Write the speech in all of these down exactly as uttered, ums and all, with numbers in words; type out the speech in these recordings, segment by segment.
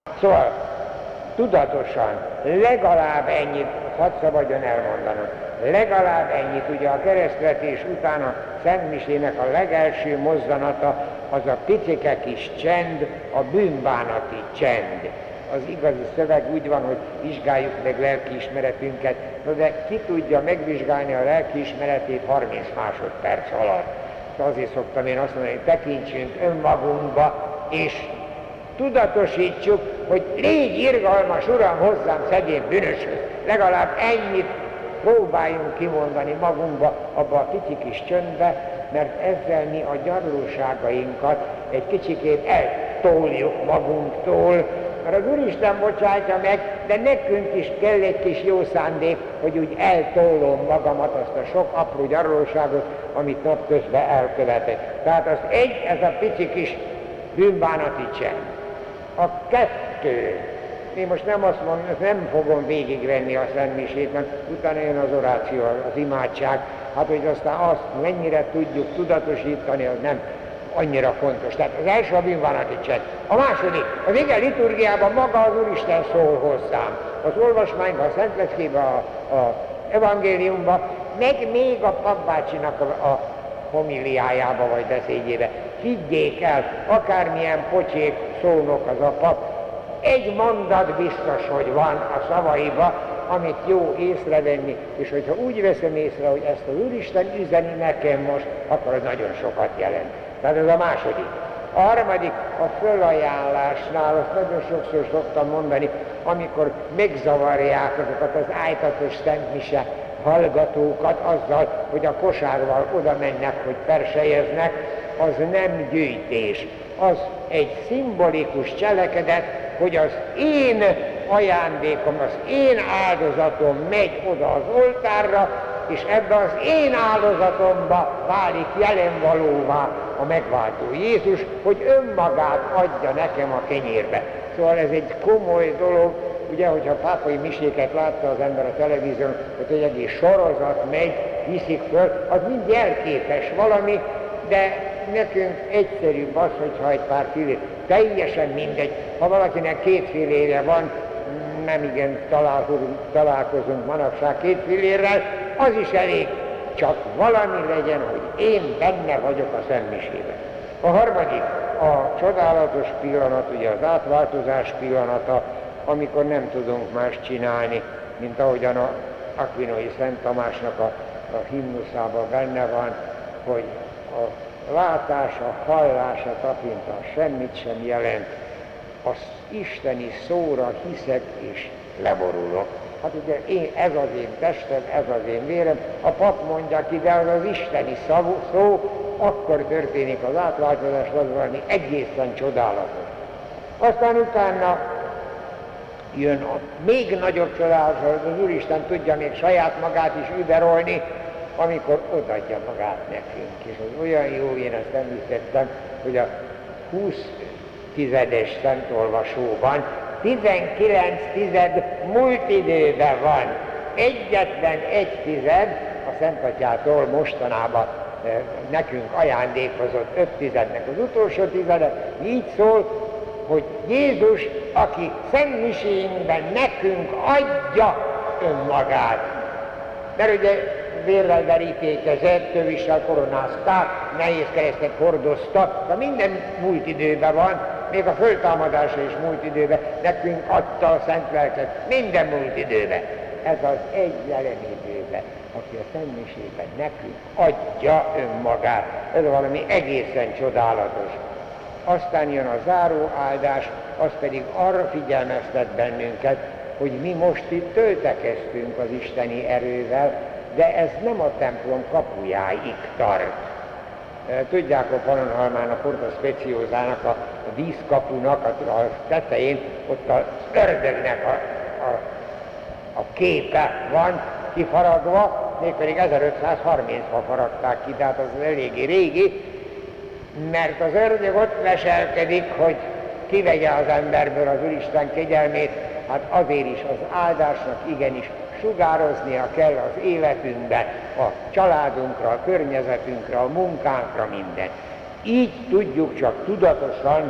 Szóval tudatosan legalább ennyit, hadd szabadjon elmondanom, legalább ennyit, ugye a keresztvetés után a Szent Misének a legelső mozzanata az a picike kis csend, a bűnbánati csend. Az igazi szöveg úgy van, hogy vizsgáljuk meg lelkiismeretünket, de ki tudja megvizsgálni a lelkiismeretét harminc másodperc alatt. Azért szoktam én azt mondani, hogy tekintsünk önmagunkba, és tudatosítsuk, hogy légy irgalmas, Uram, hozzám szegény bűnöshöz. Legalább ennyit próbáljunk kimondani magunkba, abba a kicsi kis csöndbe, mert ezzel mi a gyarlóságainkat egy kicsikét eltoljuk magunktól, mert az Úristen bocsátja meg, de nekünk is kell egy kis jó szándék, hogy úgy eltollom magamat, azt a sok apró gyarlóságot, amit napközben elkövetek. Tehát az egy, ez a pici kis bűnbánati csend. A kettő, én most nem azt mondom, nem fogom végigvenni a Szent Misét, mert utána jön az oráció, az imádság, hát hogy aztán azt mennyire tudjuk tudatosítani, az nem annyira fontos. Tehát az első a bűnbánati csend. A második, az ige liturgiában maga az Úristen szól hozzám. Az olvasmányban, a Szentleckében, a, a evangéliumban, meg még a papbácsinak a, a homiliájába vagy beszédjébe. Higgyék el, akármilyen pocsék szónok az a pap, egy mondat biztos, hogy van a szavaiba, amit jó észrevenni, és hogyha úgy veszem észre, hogy ezt az Úristen üzeni nekem most, akkor az nagyon sokat jelent. Tehát ez a második. A harmadik, a fölajánlásnál, azt nagyon sokszor szoktam mondani, amikor megzavarják azokat az ájtatos szentmise hallgatókat azzal, hogy a kosárral oda mennek, hogy persejeznek, az nem gyűjtés. Az egy szimbolikus cselekedet, hogy az én ajándékom, az én áldozatom megy oda az oltárra, és ebbe az én áldozatomba válik jelenvalóvá a megváltó Jézus, hogy önmagát adja nekem a kenyérbe. Szóval ez egy komoly dolog, ugye, hogyha a pápai miséket látta az ember a televízión, hogy egy egész sorozat megy, viszik föl, az mind jelképes valami, de nekünk egyszerűbb az, hogyha egy pár fillér, teljesen mindegy, ha valakinek két fillére van, nem igen találkozunk, találkozunk manapság két fillérrel, az is elég, csak valami legyen, hogy én benne vagyok a Szent Misében. A harmadik, a csodálatos pillanat, ugye az átváltozás pillanata, amikor nem tudunk más csinálni, mint ahogyan a Akvinói Szent Tamásnak a, a himnuszában benne van, hogy a látás, a hallás, a tapintás semmit sem jelent, az isteni szóra hiszek és leborulok. Hát ugye én, ez az én testem, ez az én vérem, a pap mondja ki, de az az isteni szavú, szó, akkor történik az átváltozás, az valami egészen csodálatos. Aztán utána jön a még nagyobb csodálatos, az Úristen tudja még saját magát is überolni, amikor odaadja magát nekünk. És az olyan jó, én ezt említettem, hogy a húsz tizedes szentolvasóban tizenkilenc tized múlt időben van. Egyetlen egy tized a Szent Atyától mostanában e, nekünk ajándékozott öt tizednek az utolsó tizede, így szól, hogy Jézus, aki Szent Misénkben nekünk adja önmagát. Mert ugye vérrel verítékezett, tövissel koronázták, nehéz keresztet hordoztak, de minden múlt időben van, még a föltámadása is múlt időben, nekünk adta a Szent Lelket, minden múlt időben. Ez az egy jelen időben, aki a Szent Misében nekünk adja önmagát. Ez valami egészen csodálatos. Aztán jön a záró áldás, az pedig arra figyelmeztet bennünket, hogy mi most itt töltekeztünk az isteni erővel, de ez nem a templom kapujáig tart. Tudják, a Pannonhalmán, a Porta Speciosának, a, a díszkapunak a, a tetején, ott az ördögnek a, a, a képe van kifaragva, mégpedig ezerötszázharmincban faragták ki, tehát az eléggé régi, mert az ördög ott veselkedik, hogy kivegye az emberből az Úristen kegyelmét, hát azért is az áldásnak igenis sugároznia kell az életünkbe, a családunkra, a környezetünkre, a munkánkra, minden. Így tudjuk csak tudatosan a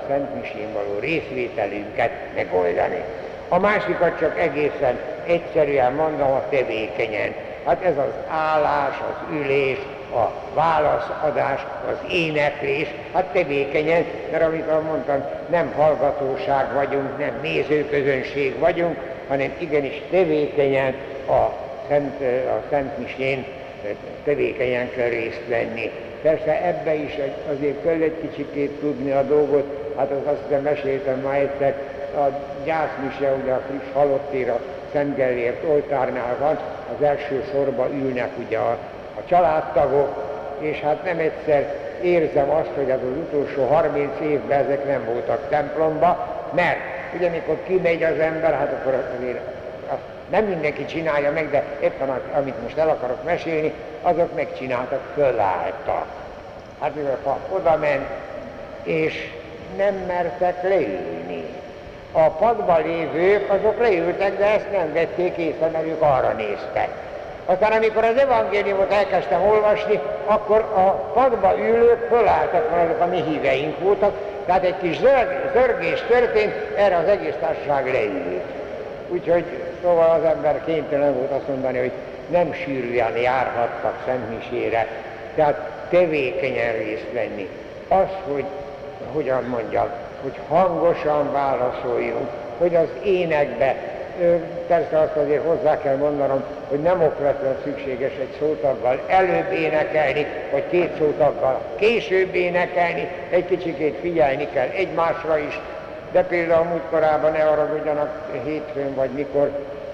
Szent Misén való részvételünket megoldani. A másikat csak egészen egyszerűen mondom, a tevékenyen. Hát ez az állás, az ülés, a válaszadás, az éneklés, hát tevékenyen, mert amit mondtam, nem hallgatóság vagyunk, nem nézőközönség vagyunk, hanem igenis tevékenyen a Szent, a Szent Misén tevékenyen kell részt venni. Persze ebbe is azért kell egy kicsikét tudni a dolgot, hát az azt hiszem meséltem már egyszer, a gyászmise, ugye a friss halottér a Szent Gellért oltárnál van, az első sorba ülnek ugye a, a családtagok, és hát nem egyszer érzem azt, hogy az, az utolsó harminc évben ezek nem voltak templomba, mert ugye mikor kimegy az ember, hát akkor azért azt nem mindenki csinálja meg, de éppen amit most el akarok mesélni, azok megcsináltak, fölálltak. Hát mivel a pap oda ment, és nem mertek leülni. A padban lévők azok leültek, de ezt nem vették észre, mert ők arra néztek. Aztán amikor az evangéliumot elkezdtem olvasni, akkor a padba ülők fölálltak, mert azok a mi híveink voltak, tehát egy kis zörgés történt, erre az egész társaság leült. Úgyhogy szóval az ember kénytelen volt azt mondani, hogy nem sűrűen járhattak szentmisére, tehát tevékenyen részt venni. Az, hogy hogyan mondjam, hogy hangosan válaszoljunk, hogy az énekbe, persze azt azért hozzá kell mondanom, hogy nem okvetlenül szükséges egy szótaggal előbb énekelni, vagy két szótaggal később énekelni, egy kicsikét figyelni kell egymásra is, de például múltkorában ne haragudjanak hétfőn, vagy mikor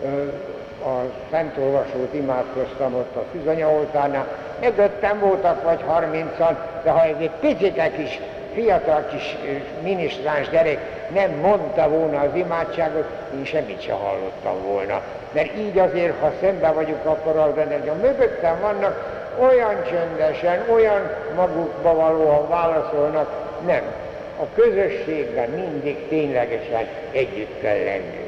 a Szentolvasót imádkoztam ott a Szűzanyaoltárnál, mögöttem voltak vagy harmincan, de ha ez egy picike kis, fiatal kis minisztráns gyerek nem mondta volna az imádságot, én semmit se hallottam volna. Mert így azért, ha szembe vagyunk, akkor az benne, hogy a mögöttem vannak, olyan csöndesen, olyan magukba valóan válaszolnak, nem. A közösségben mindig ténylegesen együtt kell lennünk.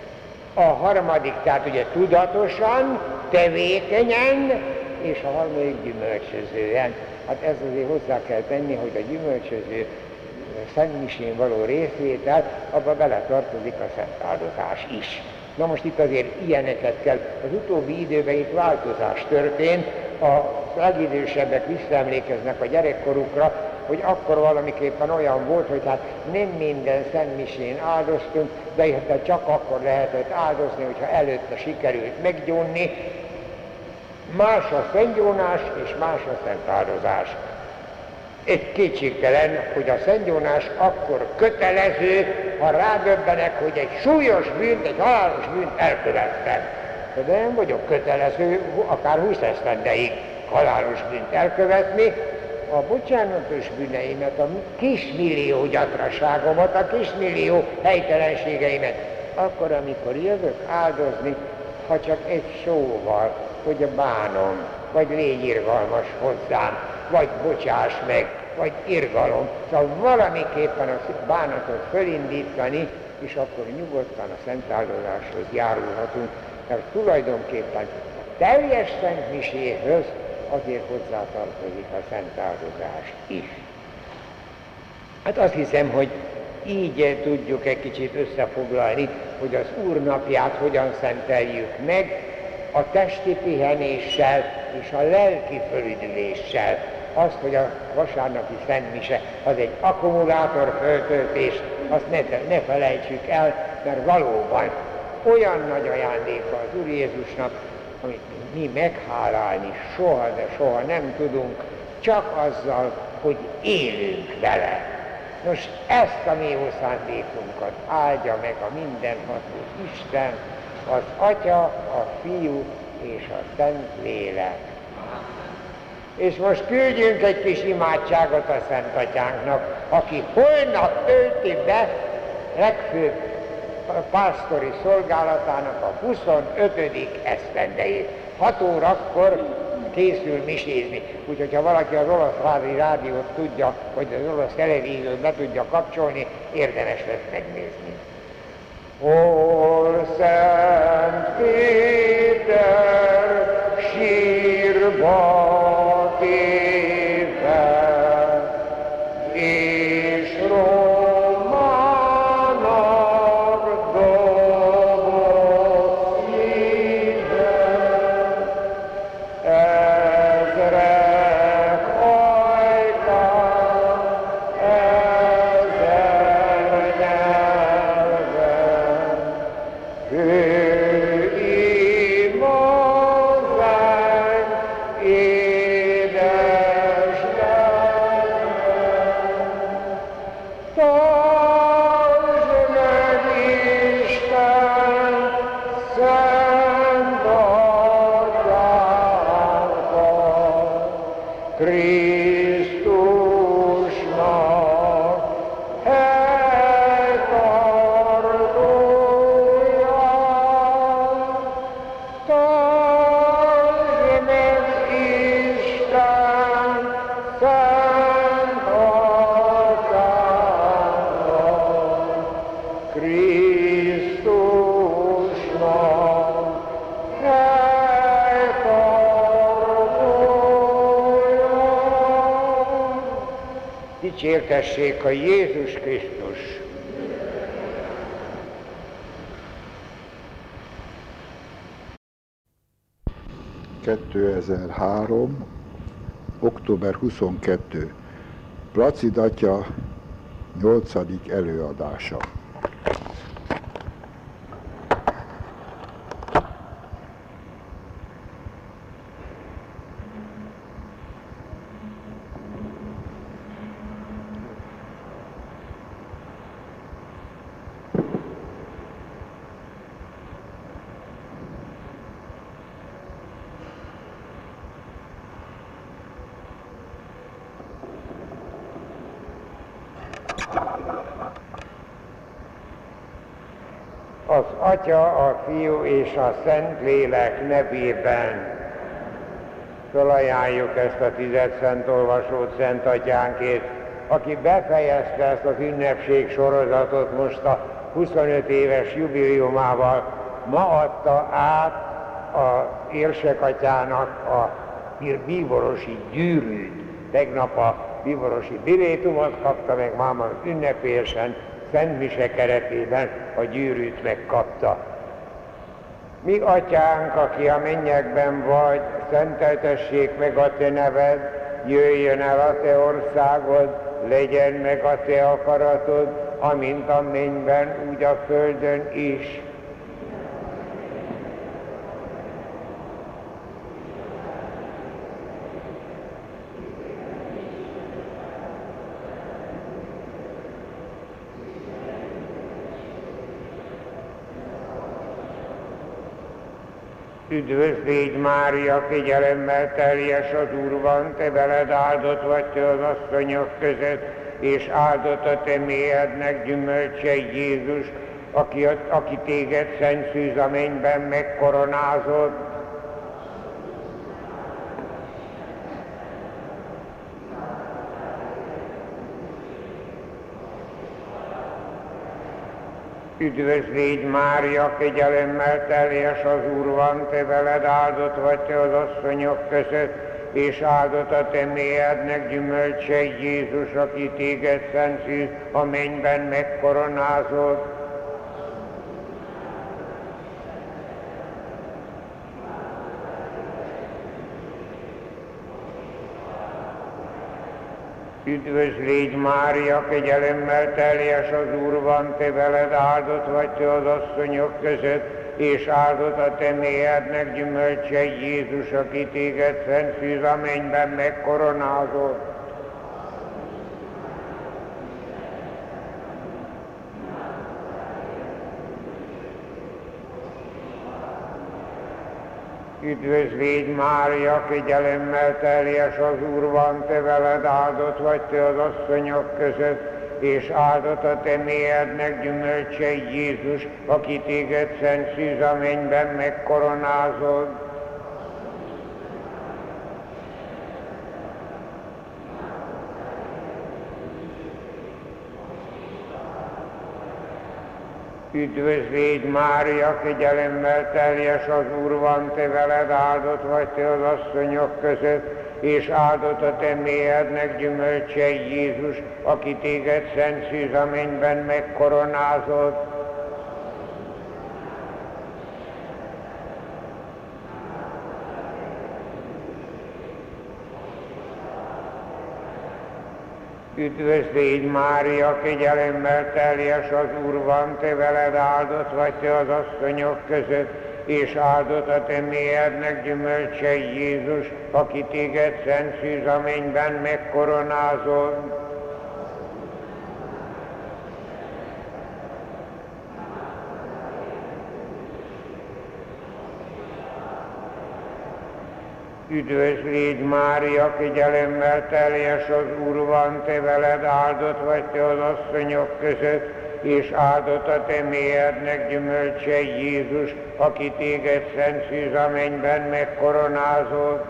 A harmadik, tehát ugye tudatosan, tevékenyen, és a harmadik gyümölcsözően. Hát ez azért hozzá kell tenni, hogy a gyümölcsöző Szent Misén való részvétel, abba beletartozik a szent áldozás is. Na most itt azért ilyeneket kell. Az utóbbi időben itt változás történt, a legidősebbek visszaemlékeznek a gyerekkorukra, hogy akkor valamiképpen olyan volt, hogy hát nem minden Szent Misén áldoztunk, de csak akkor lehetett áldozni, hogyha előtte sikerült meggyónni. Más a szentgyónás és más a szent áldozás. Egy kétségtelen, hogy a szentgyónás akkor kötelező, ha rádöbbenek, hogy egy súlyos bűnt, egy halálos bűnt elkövettem. De nem vagyok kötelező, akár húsz esztendeig halálos bűnt elkövetni, a bocsánatos bűneimet, a kismillió gyatraságomat, a kismillió helytelenségeimet, akkor, amikor jövök áldozni, ha csak egy szóval, hogy bánom, vagy légy irgalmas hozzám, vagy bocsáss meg, vagy irgalom. Szóval valamiképpen a bánatot fölindítani, és akkor nyugodtan a szent áldozáshoz járulhatunk, mert tulajdonképpen a teljes Szent Miséhöz azért hozzátartozik a szent áldozás is. Hát azt hiszem, hogy így tudjuk egy kicsit összefoglalni, hogy az Úr napját hogyan szenteljük meg, a testi pihenéssel és a lelki fölüdüléssel. Azt, hogy a vasárnapi szentmise az egy akkumulátor föltöltés, azt ne, ne felejtsük el, mert valóban olyan nagy ajándéka az Úr Jézusnak, amit mi meghálálni soha, de soha nem tudunk, csak azzal, hogy élünk vele. Most ezt a mi jó szándékunkat áldja meg a mindenható Isten, az Atya, a Fiú és a Szent Lélek. És most küldjünk egy kis imádságot a Szent Atyánknak, aki holnap tölti be legfőbb pásztori szolgálatának a huszonötödik esztendejét. hat órakor készül misézni. Úgyhogy ha valaki az olasz rádiót tudja, vagy az olasz televíziót be tudja kapcsolni, érdemes lesz megnézni. Hol Szent Péter sírba téve, és róla Krisztusnak helytartója. Dicsértessék a Jézus Krisztus! kétezer-három. október huszonkettő. Placid atya nyolcadik előadása. Az Atya, a Fiú és a Szentlélek nevében felajánljuk ezt a tizedszent olvasót Szent Atyánkért, aki befejezte ezt az ünnepség sorozatot most a huszonöt éves jubileumával. Ma adta át a érsek atyának a bíborosi gyűrűt. Tegnap a bíborosi bilétumot kapta meg, máma ünnepélyesen Szent Mise keretében a gyűrűt megkapta. Mi atyánk, aki a mennyekben vagy, szenteltessék meg a te neved, jöjjön el a te országod, legyen meg a te akaratod, amint a mennyben, úgy a földön is. Üdvözl légy, Mária, kegyelemmel teljes, az Úr van, te veled, áldott vagy te az asszonyok között, és áldott a te méhednek gyümölcse, Jézus, aki, aki téged szent szűz a mennyben megkoronázott. Üdvözl légy, Mária, kegyelemmel teljes, az Úr van, te veled, áldott vagy te az asszonyok között, és áldott a te méhednek gyümölcse, Jézus, aki téged szent szűz a mennyben megkoronázott. Üdvözl légy, Mária, kegyelemmel teljes, az Úr van, te veled, áldott vagy te az asszonyok között, és áldott a te méhednek gyümölcse, Jézus, aki téged szent szűz a mennyben megkoronázott. Üdvözl légy, Mária, kegyelemmel teljes, az Úr van, te veled, áldott vagy te az asszonyok között, és áldott a te méhednek gyümölcse, Jézus, aki téged szent szűz a mennyben megkoronázott. Üdvözl légy, Mária, kegyelemmel teljes, az Úr van, te veled, áldott vagy te az asszonyok között, és áldott a te méhednek gyümölcse, Jézus, aki téged szent szűz a mennyben megkoronázott. Üdvözl légy, Mária, kegyelemmel teljes, az Úr van, te veled, áldott vagy te az asszonyok között, és áldott a te méhednek gyümölcse, Jézus, aki téged szent szűz a mennyben megkoronázott. Üdvözl légy, Mária, kegyelemmel teljes, az Úr van, te veled, áldott vagy te az asszonyok között, és áldott a te méhednek gyümölcse, Jézus, aki téged szent szűz a mennyben megkoronázott.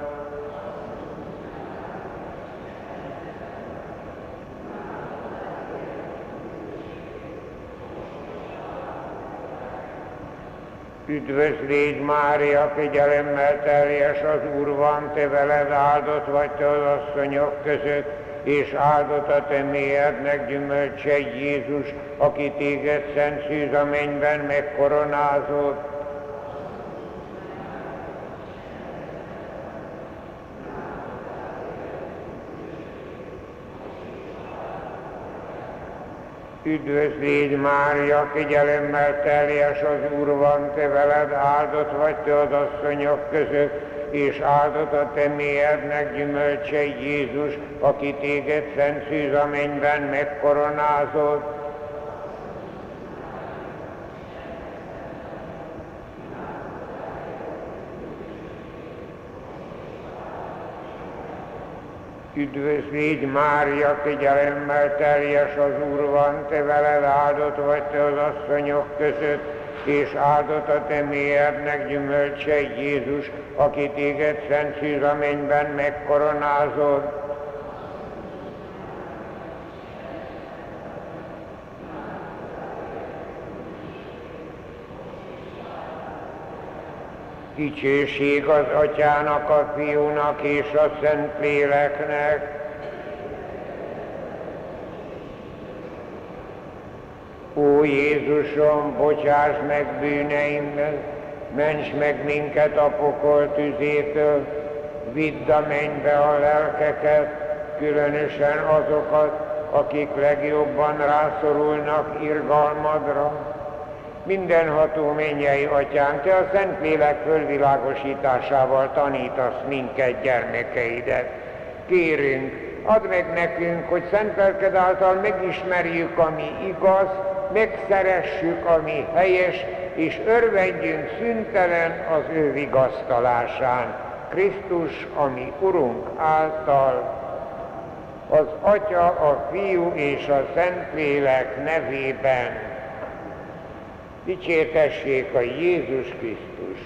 Üdvös légy, Mária, kegyelemmel teljes, az Úr van, te veled, áldott vagy te az asszonyok között, és áldott a te méhednek gyümölcse, Jézus, aki téged szent szűz a mennyben megkoronázott. Üdvös légy, Mária, kegyelemmel teljes, az Úr van, te veled, áldott vagy te az asszonyok között, és áldott a te méhednek gyümölcse, Jézus, aki téged szent szűz a mennyben megkoronázott. Üdvös légy, Mária, kegyelemmel teljes, az Úr van, te veled, áldott vagy te az asszonyok között, és áldott a te méhednek gyümölcse, Jézus, aki téged szent szűz a mennyben megkoronázott. Dicsőség az Atyának, a Fiúnak és a Szentléleknek. Ó Jézusom, bocsáss meg bűneimet, ments meg minket a pokol tüzétől, vidd a mennybe a lelkeket, különösen azokat, akik legjobban rászorulnak irgalmadra. Mindenható mennyei Atyánk, te a Szentlélek fölvilágosításával tanítasz minket, gyermekeidet. Kérünk, add meg nekünk, hogy szent lelked által megismerjük, ami igaz, megszeressük, ami helyes, és örvendjünk szüntelen az ő vigasztalásán. Krisztus, ami Urunk által, az Atya, a Fiú és a Szentlélek nevében. Dicsértessék a Jézus Krisztus!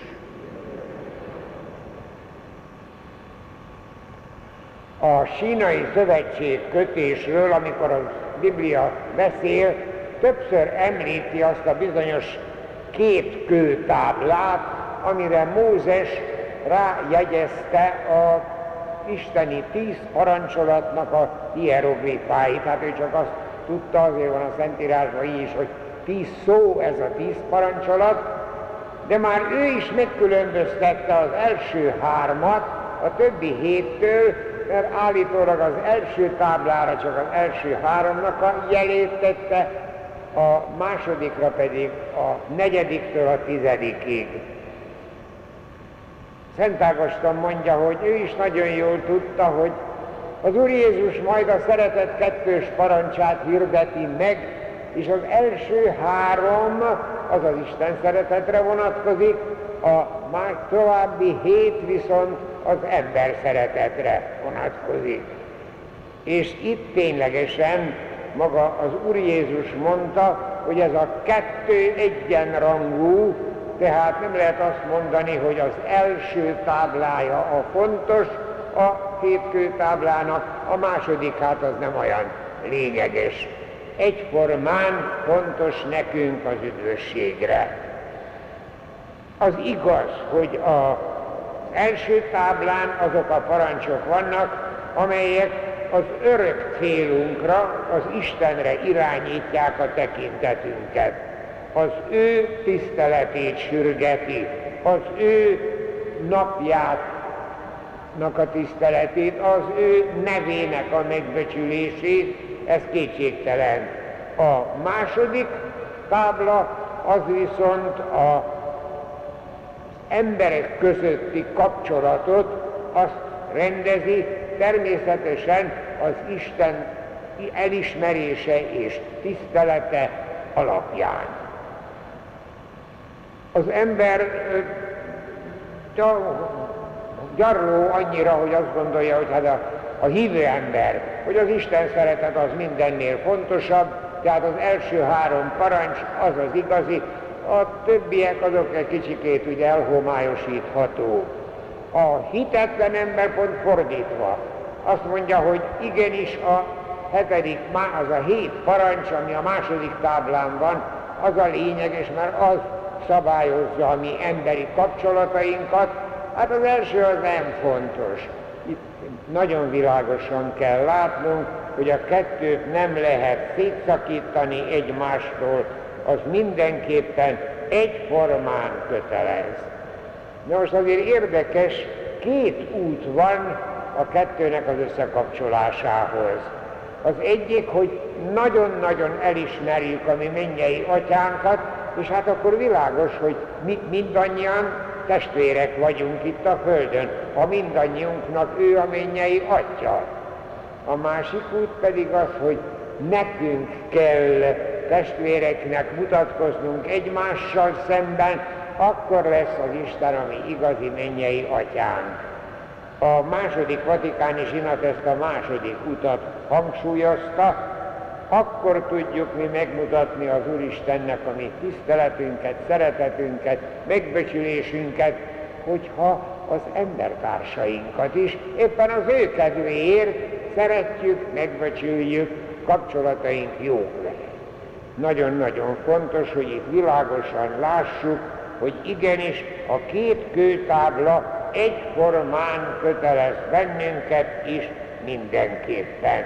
A sínai szövetség kötésről, amikor a Biblia beszél, többször említi azt a bizonyos két kőtáblát, amire Mózes rájegyezte az isteni tíz parancsolatnak a hieroglifáit. Hát ő csak azt tudta, azért van a Szentírásban így is, hogy tíz szó, ez a tíz parancsolat, de már ő is megkülönböztette az első hármat a többi héttől, mert állítólag az első táblára csak az első háromnak a jelét tette, a másodikra pedig a negyediktől a tizedikig. Szent Ágoston mondja, hogy ő is nagyon jól tudta, hogy az Úr Jézus majd a szeretet kettős parancsát hirdeti meg, és az első három az az Isten szeretetre vonatkozik, a már további hét viszont az ember szeretetre vonatkozik. És itt ténylegesen maga az Úr Jézus mondta, hogy ez a kettő egyenrangú, tehát nem lehet azt mondani, hogy az első táblája a fontos a két kőtáblának, a második hát az nem olyan lényeges. Egyformán fontos nekünk az üdvösségre. Az igaz, hogy az első táblán azok a parancsok vannak, amelyek az örök célunkra, az Istenre irányítják a tekintetünket. Az ő tiszteletét sürgeti, az ő napjának a tiszteletét, az ő nevének a megbecsülését, ez kétségtelen. A második tábla az viszont az emberek közötti kapcsolatot, azt rendezi, természetesen az Isten elismerése és tisztelete alapján. Az ember gyarló annyira, hogy azt gondolja, hogy hát a, a hívő ember, hogy az Isten szeretet az mindennél fontosabb, tehát az első három parancs az az igazi, a többiek azok egy kicsikét ugye elhomályosítható. A hitetlen ember pont fordítva azt mondja, hogy igenis a hetedik, az a hét parancs, ami a második táblán van, az a lényeges, mert az szabályozza a mi emberi kapcsolatainkat, hát az első az nem fontos. Itt nagyon világosan kell látnunk, hogy a kettőt nem lehet szétszakítani egymástól, az mindenképpen egyformán kötelez. Na most azért érdekes, két út van a kettőnek az összekapcsolásához. Az egyik, hogy nagyon-nagyon elismerjük a mi mennyei atyánkat, és hát akkor világos, hogy mi mindannyian testvérek vagyunk itt a földön, ha mindannyiunknak ő a mennyei atya. A másik út pedig az, hogy nekünk kell testvéreknek mutatkoznunk egymással szemben, akkor lesz az Isten a mi igazi mennyei atyánk. A második vatikáni zsinat ezt a második utat hangsúlyozta, akkor tudjuk mi megmutatni az Úristennek a mi tiszteletünket, szeretetünket, megbecsülésünket, hogyha az embertársainkat is éppen az ő kedvéért szeretjük, megbecsüljük, kapcsolataink jók lehet. Nagyon-nagyon fontos, hogy itt világosan lássuk, hogy igenis a két kőtábla egyformán kötelez bennünket is mindenképpen.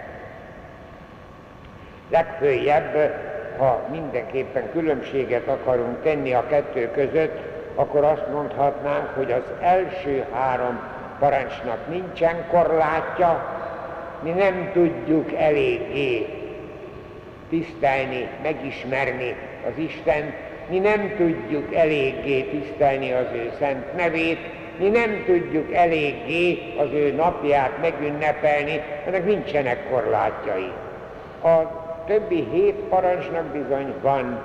Legfőjebb, ha mindenképpen különbséget akarunk tenni a kettő között, akkor azt mondhatnánk, hogy az első három parancsnak nincsen korlátja, mi nem tudjuk eléggé tisztelni, megismerni az Istent, mi nem tudjuk eléggé tisztelni az ő szent nevét, mi nem tudjuk eléggé az ő napját megünnepelni, ennek nincsenek korlátjai. A többi hét parancsnak bizony van.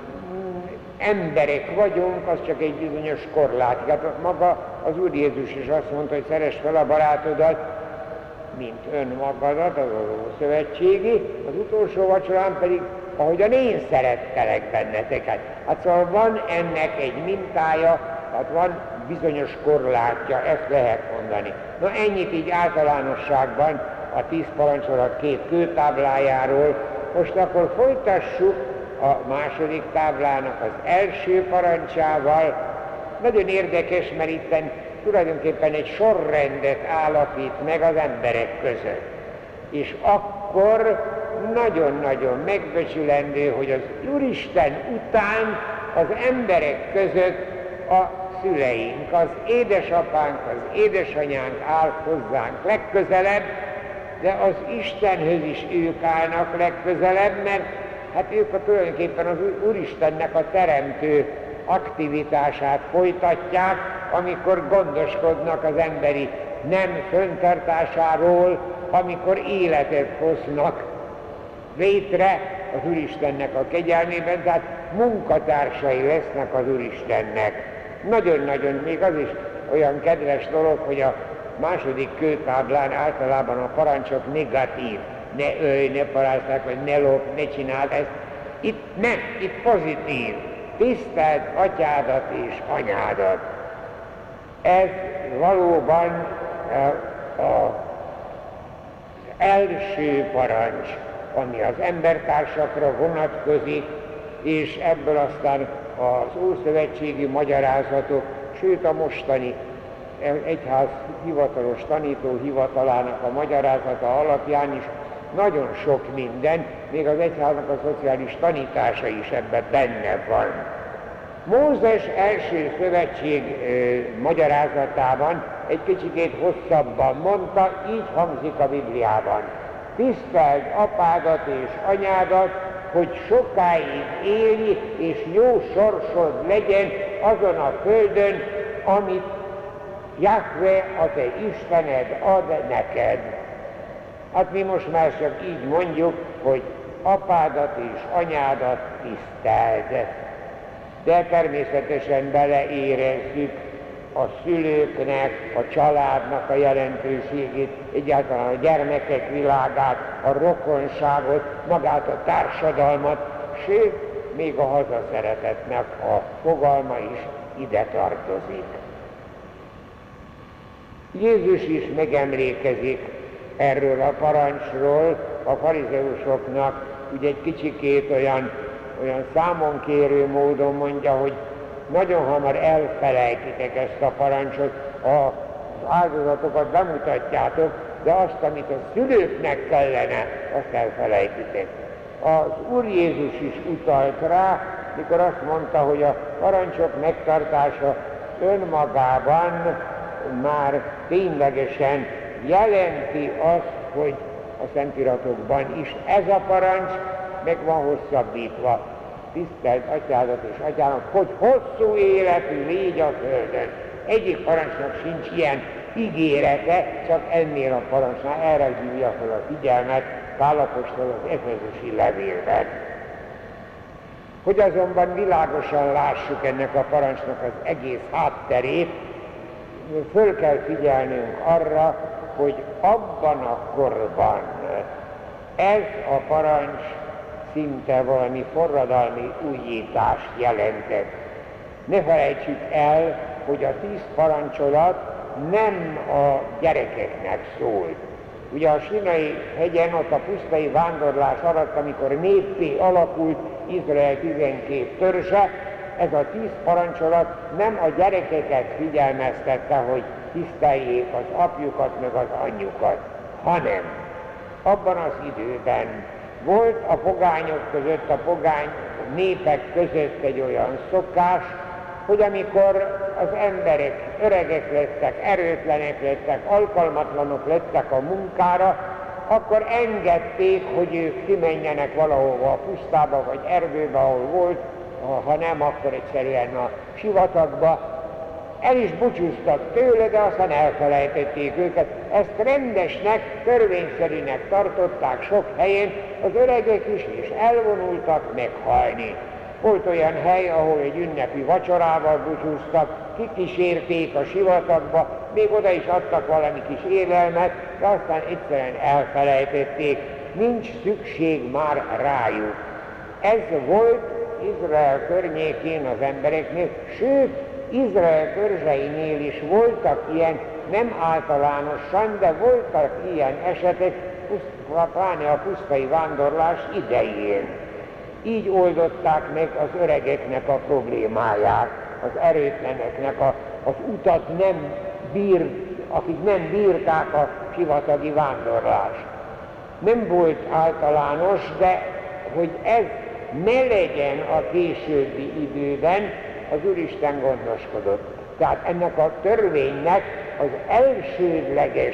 Emberek vagyunk, az csak egy bizonyos korlát. Hát maga az Úr Jézus is azt mondta, hogy szeresd fel a barátodat, mint önmagadat, az Ószövetségi, az utolsó vacsorán pedig, ahogyan én szerettelek benneteket. Hát szóval van ennek egy mintája, tehát van bizonyos korlátja, ezt lehet mondani. Na ennyit így általánosságban a tíz parancsolat két kőtáblájáról. Most akkor folytassuk a második táblának az első parancsával. Nagyon érdekes, mert itten tulajdonképpen egy sorrendet állapít meg az emberek között. És akkor nagyon-nagyon megbecsülendő, hogy az Úristen után az emberek között a szüleink, az édesapánk, az édesanyánk áll hozzánk legközelebb, de az Istenhöz is ők állnak legközelebb, mert hát ők a tulajdonképpen az Úristennek a teremtő aktivitását folytatják, amikor gondoskodnak az emberi nem fenntartásáról, amikor életet hoznak létre az Úristennek a kegyelmében, tehát munkatársai lesznek az Úristennek. Nagyon-nagyon, még az is olyan kedves dolog, hogy a második kőtáblán általában a parancsok negatív. Ne ölj, ne parázták, vagy ne lopj, ne csináld ezt. Itt nem, itt pozitív. Tiszteld atyádat és anyádat. Ez valóban az első parancs, ami az embertársakra vonatkozik, és ebből aztán az ószövetségi magyarázatok, sőt a mostani egyház hivatalos tanító hivatalának a magyarázata alapján is nagyon sok minden, még az egyháznak a szociális tanítása is ebben benne van. Mózes első szövetség e, magyarázatában egy kicsikét hosszabban mondta, így hangzik a Bibliában. Tiszteld apádat és anyádat, hogy sokáig élj, és jó sorsod legyen azon a földön, amit Jahve, a te Istened ad neked. Hát mi most már csak így mondjuk, hogy apádat és anyádat tiszteld. De természetesen beleérezzük a szülőknek, a családnak a jelentőségét, egyáltalán a gyermekek világát, a rokonságot, magát a társadalmat, sőt, még a hazaszeretetnek a fogalma is ide tartozik. Jézus is megemlékezik erről a parancsról, a farizeusoknak ugye egy kicsikét olyan olyan számonkérő módon mondja, hogy nagyon hamar elfelejtitek ezt a parancsot, az áldozatokat bemutatjátok, de azt, amit a szülőknek kellene, azt elfelejtitek. Az Úr Jézus is utalt rá, mikor azt mondta, hogy a parancsok megtartása önmagában már ténylegesen jelenti azt, hogy a Szentíratokban is ez a parancs meg van hosszabbítva. Tiszteld atyádat és atyának, hogy hosszú életű légy a földön. Egyik parancsnak sincs ilyen ígérete, csak ennél a parancsnál erre hívja fel a figyelmet Pál apostol az efezusi levélben. Hogy azonban világosan lássuk ennek a parancsnak az egész hátterét, föl kell figyelnünk arra, hogy abban a korban ez a parancs szinte valami forradalmi újítást jelentett. Ne felejtsük el, hogy a tíz parancsolat nem a gyerekeknek szólt. Ugye a Sinai hegyen, ott a pusztai vándorlás alatt, amikor néppé alakult Izrael tizenkét törzse, ez a tíz parancsolat nem a gyerekeket figyelmeztette, hogy tiszteljék az apjukat meg az anyjukat, hanem abban az időben volt a pogányok között, a pogány népek között egy olyan szokás, hogy amikor az emberek öregek lettek, erőtlenek lettek, alkalmatlanok lettek a munkára, akkor engedték, hogy ők kimenjenek valahova a pusztába vagy erdőbe, ahol volt, ha nem, akkor egyszerűen a sivatagba. El is búcsúztak tőle, de aztán elfelejtették őket. Ezt rendesnek, törvényszerűnek tartották sok helyen, az öregek is, és elvonultak meghalni. Volt olyan hely, ahol egy ünnepi vacsorával búcsúztak, kikísérték a sivatagba, még oda is adtak valami kis élelmet, de aztán egyszerűen elfelejtették, nincs szükség már rájuk. Ez volt Izrael környékén az embereknél, sőt, Izrael törzseinél is voltak ilyen, nem általánosan, de voltak ilyen esetek, pláne a pusztai vándorlás idején. Így oldották meg az öregeknek a problémáját, az erőtleneknek a, az utat nem bír, akik nem bírták a sivatagi vándorlást. Nem volt általános, de hogy ez ne legyen a későbbi időben, az Úristen gondoskodott. Tehát ennek a törvénynek az elsődleges,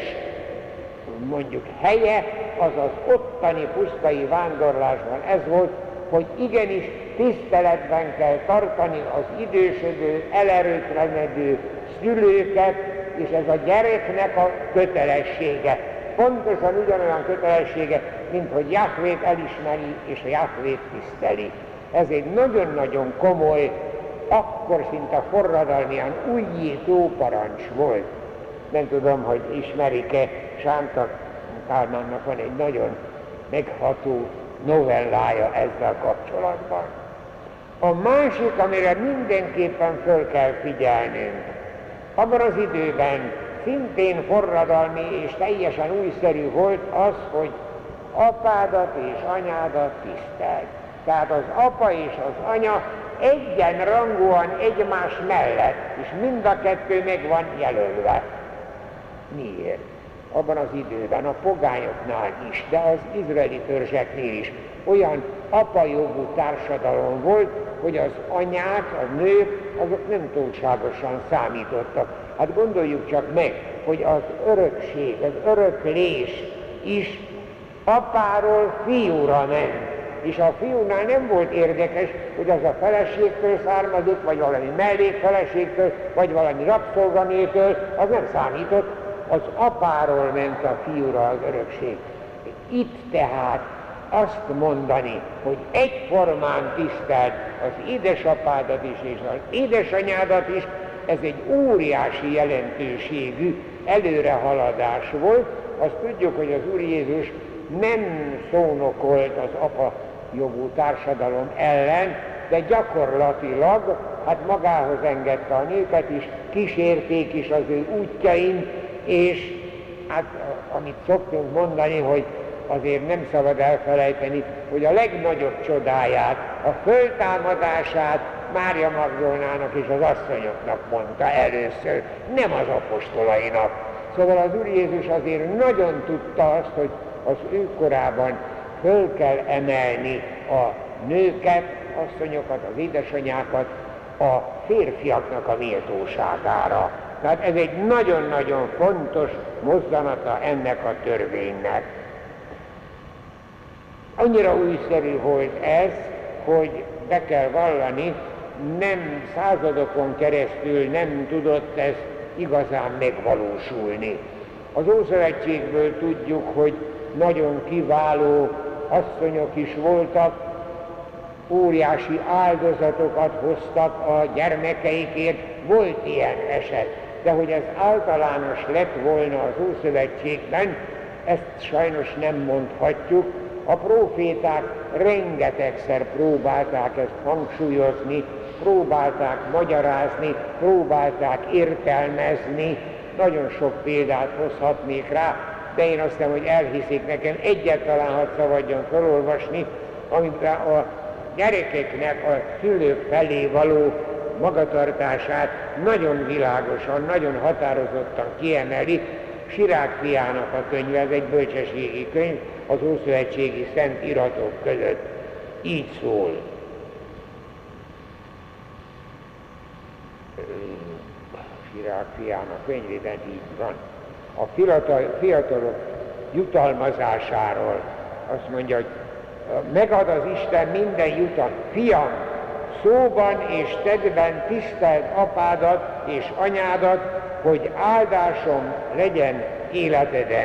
mondjuk helye, az az ottani pusztai vándorlásban ez volt, hogy igenis tiszteletben kell tartani az idősödő, elerőtlenedő szülőket, és ez a gyereknek a kötelessége. Pontosan ugyanolyan kötelessége, mint hogy Jahvét elismeri, és a Jahvét tiszteli. Ez egy nagyon-nagyon komoly, akkor szinte forradalmian újító parancs volt. Nem tudom, hogy ismerik-e, Sánta Kálmánnak van egy nagyon megható novellája ezzel kapcsolatban. A másik, amire mindenképpen föl kell figyelnünk, abban az időben szintén forradalmi és teljesen újszerű volt az, hogy apádat és anyádat tiszteld. Tehát az apa és az anya egyenrangúan egymás mellett, és mind a kettő meg van jelölve. Miért? Abban az időben a pogányoknál is, de az izraeli törzseknél is olyan apajogú társadalom volt, hogy az anyák, a nők, azok nem túlságosan számítottak. Hát gondoljuk csak meg, hogy az örökség, az öröklés is apáról fiúra ment. És a fiúnál nem volt érdekes, hogy az a feleségtől származik, vagy valami mellékfeleségtől, vagy valami rabszolganőtől, az nem számított, az apáról ment a fiúra az örökség. Itt tehát azt mondani, hogy egyformán tiszteld az édesapádat is és az édesanyádat is, ez egy óriási jelentőségű előrehaladás volt. Azt tudjuk, hogy az Úr Jézus nem szónokolt az apa jogú társadalom ellen, de gyakorlatilag hát magához engedte a nőket is, kísérték is az ő útjain, és hát amit szoktunk mondani, hogy azért nem szabad elfelejteni, hogy a legnagyobb csodáját, a föltámadását Mária Magdolnának és az asszonyoknak mondta először, nem az apostolainak. Szóval az Úr Jézus azért nagyon tudta azt, hogy az ő korában föl kell emelni a nőket, asszonyokat, az édesanyákat a férfiaknak a méltóságára. Tehát ez egy nagyon-nagyon fontos mozzanata ennek a törvénynek. Annyira újszerű volt ez, hogy be kell vallani, nem századokon keresztül nem tudott ez igazán megvalósulni. Az Ószövetségből tudjuk, hogy nagyon kiváló asszonyok is voltak, óriási áldozatokat hoztak a gyermekeikért, volt ilyen eset. De hogy ez általános lett volna az Ószövetségben, ezt sajnos nem mondhatjuk. A próféták rengetegszer próbálták ezt hangsúlyozni, próbálták magyarázni, próbálták értelmezni, nagyon sok példát hozhatnék rá, de én azt hiszem, hogy elhiszik nekem, egyáltalán hadd szabadjon felolvasni, amit a gyerekeknek a szülők felé való magatartását nagyon világosan, nagyon határozottan kiemeli. Sirák fiának a könyve, ez egy bölcsességi könyv, az ószövetségi szent iratok között. Így szól. Sirák fiának könyvében így van. A fiatal, fiatalok jutalmazásáról azt mondja, hogy megad az Isten minden jutalmat. Fiam, szóban és tettben tiszteld apádat és anyádat, hogy áldásom legyen életeden.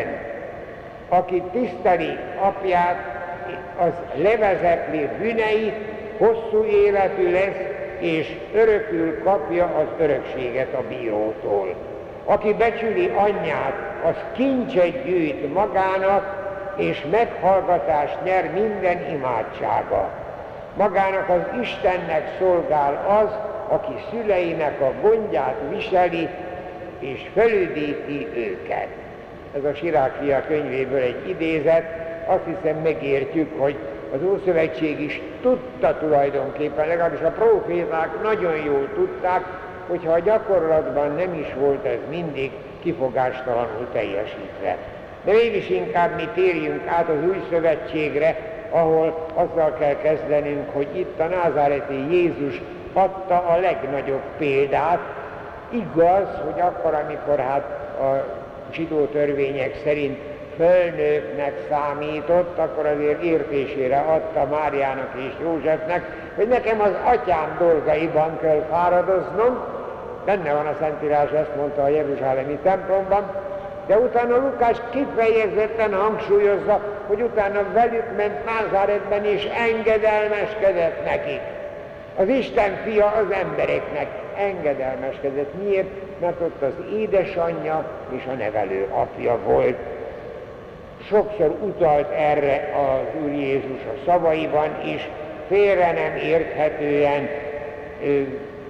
Aki tiszteli apját, az levezekli bűneit, hosszú életű lesz, és örökül kapja az örökséget a bírótól. Aki becsüli anyját, az kincset gyűjt magának, és meghallgatást nyer minden imádsága. Magának az Istennek szolgál az, aki szüleinek a gondját viseli, és felüdíti őket. Ez a Sirák fia könyvéből egy idézet. Azt hiszem megértjük, hogy az Ószövetség is tudta tulajdonképpen, legalábbis a próféták nagyon jól tudták, hogyha a gyakorlatban nem is volt ez mindig kifogástalanul teljesítve. De mégis inkább mi térjünk át az Új Szövetségre, ahol azzal kell kezdenünk, hogy itt a názáreti Jézus adta a legnagyobb példát. Igaz, hogy akkor, amikor hát a zsidó törvények szerint fölnőttnek számított, akkor azért értésére adta Máriának és Józsefnek, hogy nekem az atyám dolgaiban kell fáradoznom. Benne van a Szentírás, ezt mondta a jeruzsálemi templomban, de utána Lukás kifejezetten hangsúlyozza, hogy utána velük ment Názáretben és engedelmeskedett nekik. Az Isten fia az embereknek engedelmeskedett. Miért? Mert ott az édesanyja és a nevelő apja volt. Sokszor utalt erre az Úr Jézus a szavaiban is, félre nem érthetően ö,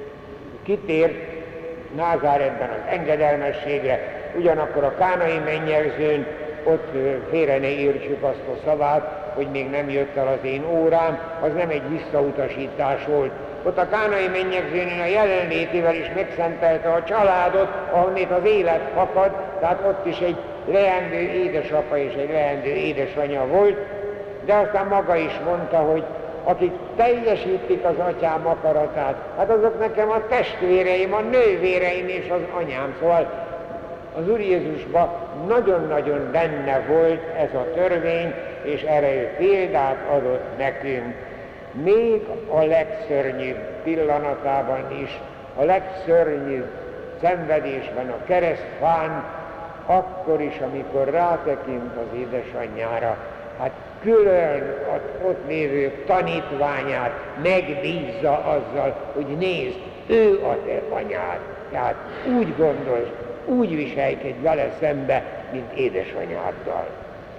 kitért Názáretben az engedelmességre, ugyanakkor a kánai mennyegzőn ott félre ne értsük azt a szavát, hogy még nem jött el az én órám, az nem egy visszautasítás volt. Ott a kánai mennyegzőn a jelenlétével is megszentelte a családot, ahonnét az élet fakad, tehát ott is egy leendő édesapa és egy leendő édesanyja volt, de aztán maga is mondta, hogy akik teljesítik az atyám akaratát, hát azok nekem a testvéreim, a nővéreim és az anyám. Szóval az Úr Jézusban nagyon-nagyon benne volt ez a törvény, és erre ő példát adott nekünk. Még a legszörnyűbb pillanatában is, a legszörnyűbb szenvedésben, a keresztfán, akkor is, amikor rátekint az édesanyjára, hát külön ott lévő tanítványát megbízza azzal, hogy nézd, ő a te anyád. Tehát úgy gondolsz, úgy viselkedj vele szembe, mint édesanyáddal.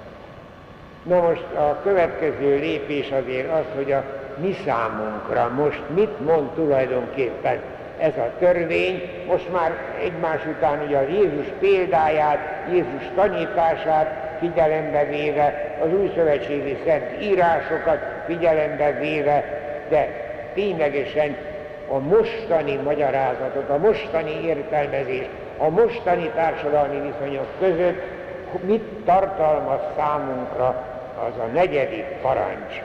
Na most a következő lépés azért az, hogy a mi számunkra most mit mond tulajdonképpen ez a törvény. Most már egymás után ugye a Jézus példáját, Jézus tanítását figyelembe véve, az új szövetségi szent írásokat figyelembe véve, de ténylegesen a mostani magyarázatot, a mostani értelmezést, a mostani társadalmi viszonyok között mit tartalmaz számunkra az a negyedik parancs.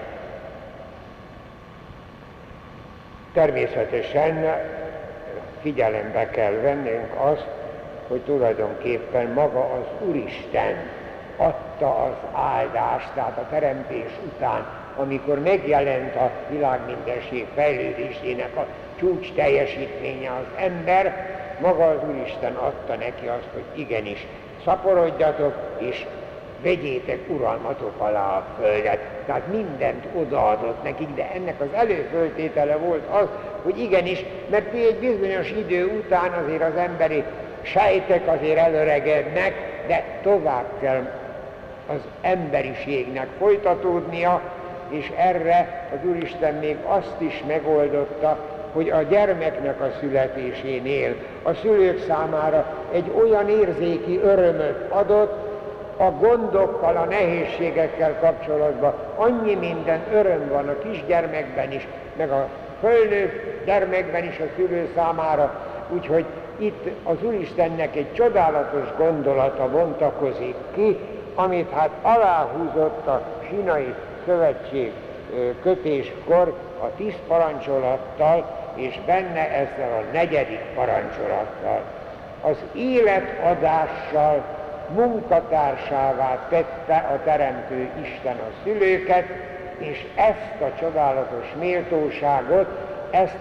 Természetesen figyelembe kell vennünk azt, hogy tulajdonképpen maga az Úristen adta az áldást, tehát a teremtés után, amikor megjelent a világmindenség fejlődésének a csúcs teljesítménye az ember, maga az Úristen adta neki azt, hogy igenis, szaporodjatok, és vegyétek uralmatok alá a földet. Tehát mindent odaadott nekik, de ennek az előföltétele volt az, hogy igenis, mert egy bizonyos idő után azért az emberi sejtek azért előregednek, de tovább kell az emberiségnek folytatódnia, és erre az Úristen még azt is megoldotta, hogy a gyermeknek a születésénél a szülők számára egy olyan érzéki örömöt adott, a gondokkal, a nehézségekkel kapcsolatban annyi minden öröm van a kisgyermekben is, meg a fölnőtt gyermekben is a szülő számára, úgyhogy itt az Úristennek egy csodálatos gondolata bontakozik ki, amit hát aláhúzott a Sinai Szövetség kötéskor a tíz parancsolattal, és benne ezzel a negyedik parancsolattal. Az életadással munkatársává tette a Teremtő Isten a szülőket, és ezt a csodálatos méltóságot, ezt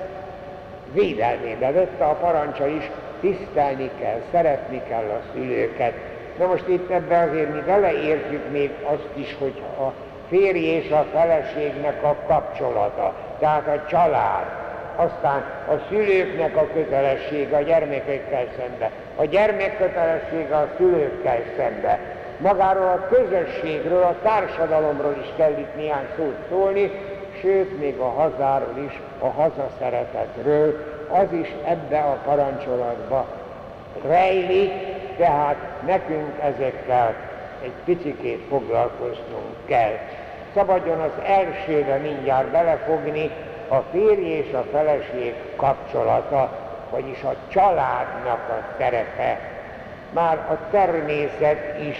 védelmébe vette a parancsa is, tisztelni kell, szeretni kell a szülőket. Na most itt ebben azért mi beleértjük még azt is, hogy a férj és a feleségnek a kapcsolata, tehát a család, aztán a szülőknek a kötelessége a gyermekekkel szembe, a gyermek kötelessége a szülőkkel szembe. Magáról a közösségről, a társadalomról is kell itt néhány szót szólni, sőt, még a hazáról is, a hazaszeretetről, az is ebbe a parancsolatba rejlik, tehát nekünk ezekkel egy picikét foglalkoznunk kell. Szabadjon az elsőre mindjárt belefogni, a férj és a feleség kapcsolata, vagyis a családnak a szerepe. Már a természet is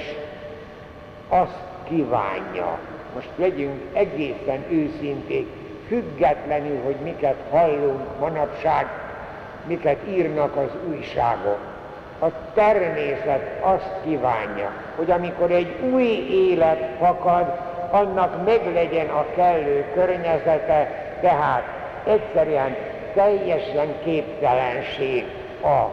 azt kívánja. Most legyünk egészen őszinték, függetlenül, hogy miket hallunk manapság, miket írnak az újságok. A természet azt kívánja, hogy amikor egy új élet fakad, annak meglegyen a kellő környezete, tehát egyszerűen teljesen képtelenség a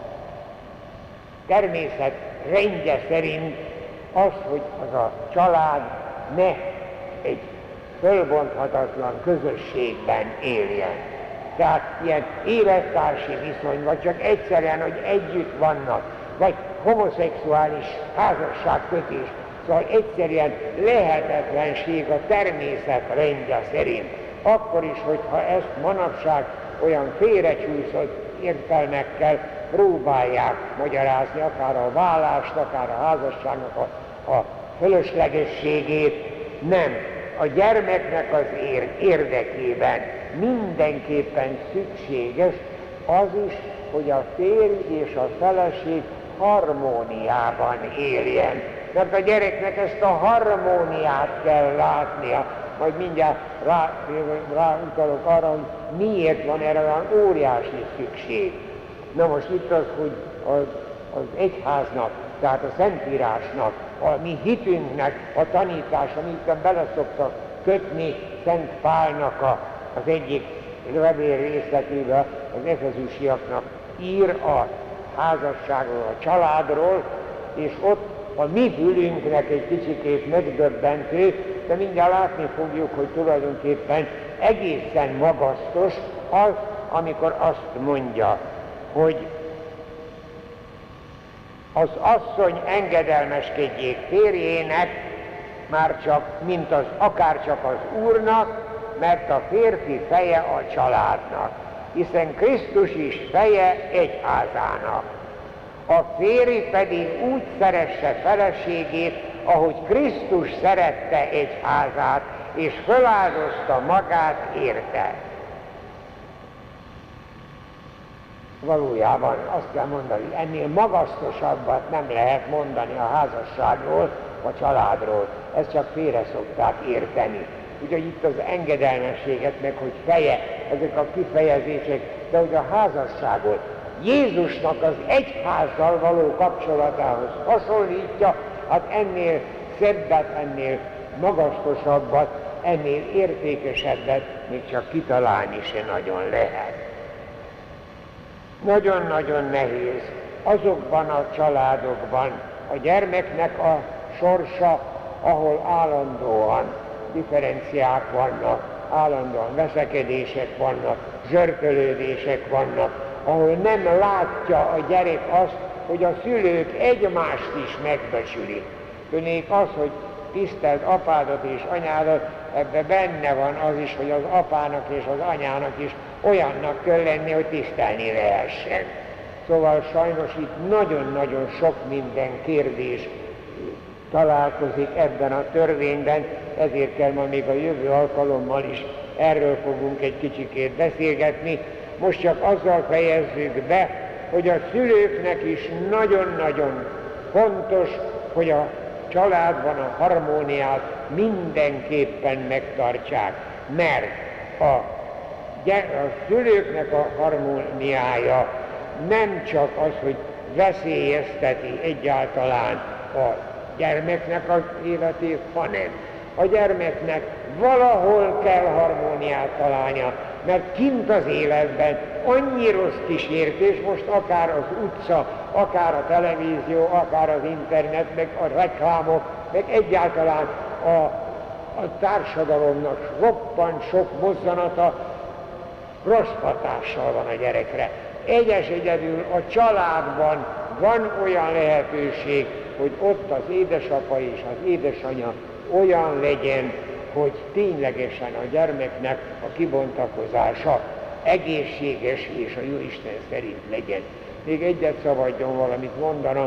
természet rendje szerint az, hogy az a család ne egy fölbonthatatlan közösségben éljen. Tehát ilyen élettársi viszony, vagy csak egyszerűen, hogy együtt vannak, vagy homoszexuális házasságkötés, szóval egyszerűen lehetetlenség a természet rendje szerint. Akkor is, hogyha ezt manapság olyan félrecsúszott értelmekkel próbálják magyarázni, akár a vállást, akár a házasságnak a, a fölöslegességét, nem. A gyermeknek az ér, érdekében mindenképpen szükséges az is, hogy a férj és a feleség harmóniában éljen. Mert a gyereknek ezt a harmóniát kell látnia. Majd mindjárt rá, ráutalok arra, hogy miért van erre olyan óriási szükség. Na most itt az, hogy az, az egyháznak, tehát a Szentírásnak, a mi hitünknek a tanítás, amit bele szoktak kötni Szent Pálnak a, az egyik levél részletébe, az efezusiaknak ír a házasságról, a családról, és ott a mi fülünknek egy kicsikét megdöbbentő, de mindjárt látni fogjuk, hogy tulajdonképpen egészen magasztos az, amikor azt mondja, hogy az asszony engedelmeskedjék férjének, már csak, mint az, akárcsak az Úrnak, mert a férfi feje a családnak, hiszen Krisztus is feje egyházának. A férj pedig úgy szeresse feleségét, ahogy Krisztus szerette egy házát, és föláldozta magát érte. Valójában azt kell mondani, ennél magasztosabbat nem lehet mondani a házasságról, a családról. Ezt csak félre szokták érteni. Úgyhogy itt az engedelmességet, meg hogy feje, ezek a kifejezések, de hogy a házasságot Jézusnak az egyházzal való kapcsolatához hasonlítja, hát ennél szebbet, ennél magasztosabbat, ennél értékesebbet még csak kitalálni se nagyon lehet. Nagyon-nagyon nehéz azokban a családokban a gyermeknek a sorsa, ahol állandóan differenciák vannak, állandóan veszekedések vannak, zsörtölődések vannak, ahol nem látja a gyerek azt, hogy a szülők egymást is megbecsülik. Tudnék az, hogy tisztelt apádat és anyádat, ebben benne van az is, hogy az apának és az anyának is olyannak kell lenni, hogy tisztelni lehessen. Szóval sajnos itt nagyon-nagyon sok minden kérdés találkozik ebben a törvényben, ezért kell ma még a jövő alkalommal is erről fogunk egy kicsikét beszélgetni. Most csak azzal fejezzük be, hogy a szülőknek is nagyon-nagyon fontos, hogy a családban a harmóniát mindenképpen megtartsák, mert a, a szülőknek a harmóniája nem csak az, hogy veszélyezteti egyáltalán a gyermeknek az életét, hanem a gyermeknek valahol kell harmóniát találnia, mert kint az életben annyi rossz kísértés, most akár az utca, akár a televízió, akár az internet, meg a reklámok, meg egyáltalán a, a társadalomnak roppant sok mozzanata rossz hatással van a gyerekre. Egyes egyedül a családban van olyan lehetőség, hogy ott az édesapa és az édesanya olyan legyen, hogy ténylegesen a gyermeknek a kibontakozása egészséges és a Jóisten szerint legyen. Még egyet szabadjon valamit mondanom,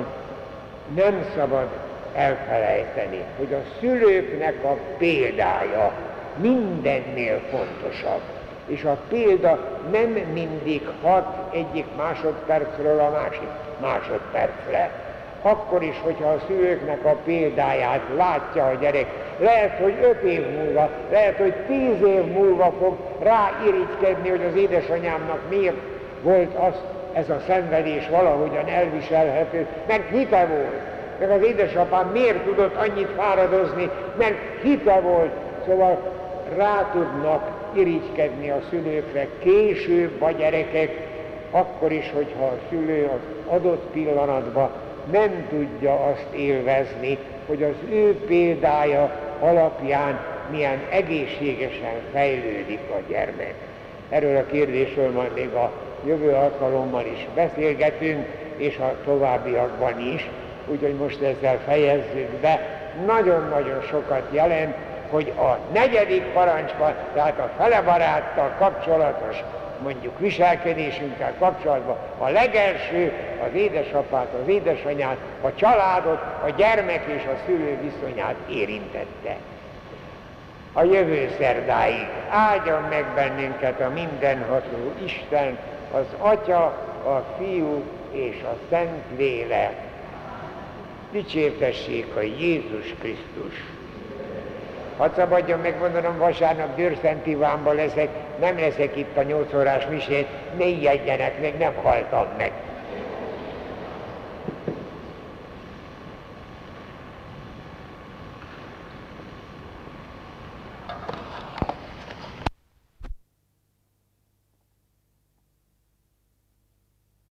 nem szabad elfelejteni, hogy a szülőknek a példája mindennél fontosabb. És a példa nem mindig hat egyik másodpercről a másik másodpercre. Akkor is, hogyha a szülőknek a példáját látja a gyerek, lehet, hogy öt év múlva, lehet, hogy tíz év múlva fog ráirigykedni, hogy az édesanyámnak miért volt az, ez a szenvedés valahogyan elviselhető, mert hite volt. Meg az édesapám miért tudott annyit fáradozni, mert hite volt. Szóval rá tudnak irigykedni a szülőkre később a gyerekek, akkor is, hogyha a szülő az adott pillanatban nem tudja azt élvezni, hogy az ő példája alapján milyen egészségesen fejlődik a gyermek. Erről a kérdésről majd még a jövő alkalommal is beszélgetünk, és a továbbiakban is, úgyhogy most ezzel fejezzük be. Nagyon-nagyon sokat jelent, hogy a negyedik parancsban, tehát a felebaráttal kapcsolatos, mondjuk viselkedésünkkel kapcsolatban a legelső az édesapát, az édesanyát, a családot, a gyermek és a szülő viszonyát érintette. A jövő szerdáig áldjon meg bennünket a mindenható Isten, az Atya, a Fiú és a Szentlélek. Dicsértessék a Jézus Krisztus! Hadd szabadjon megmondanom, vasárnap Győr-Szent Ivánban leszek, nem leszek itt a nyolc órás misén, ne ijedjenek, még nem haltam meg.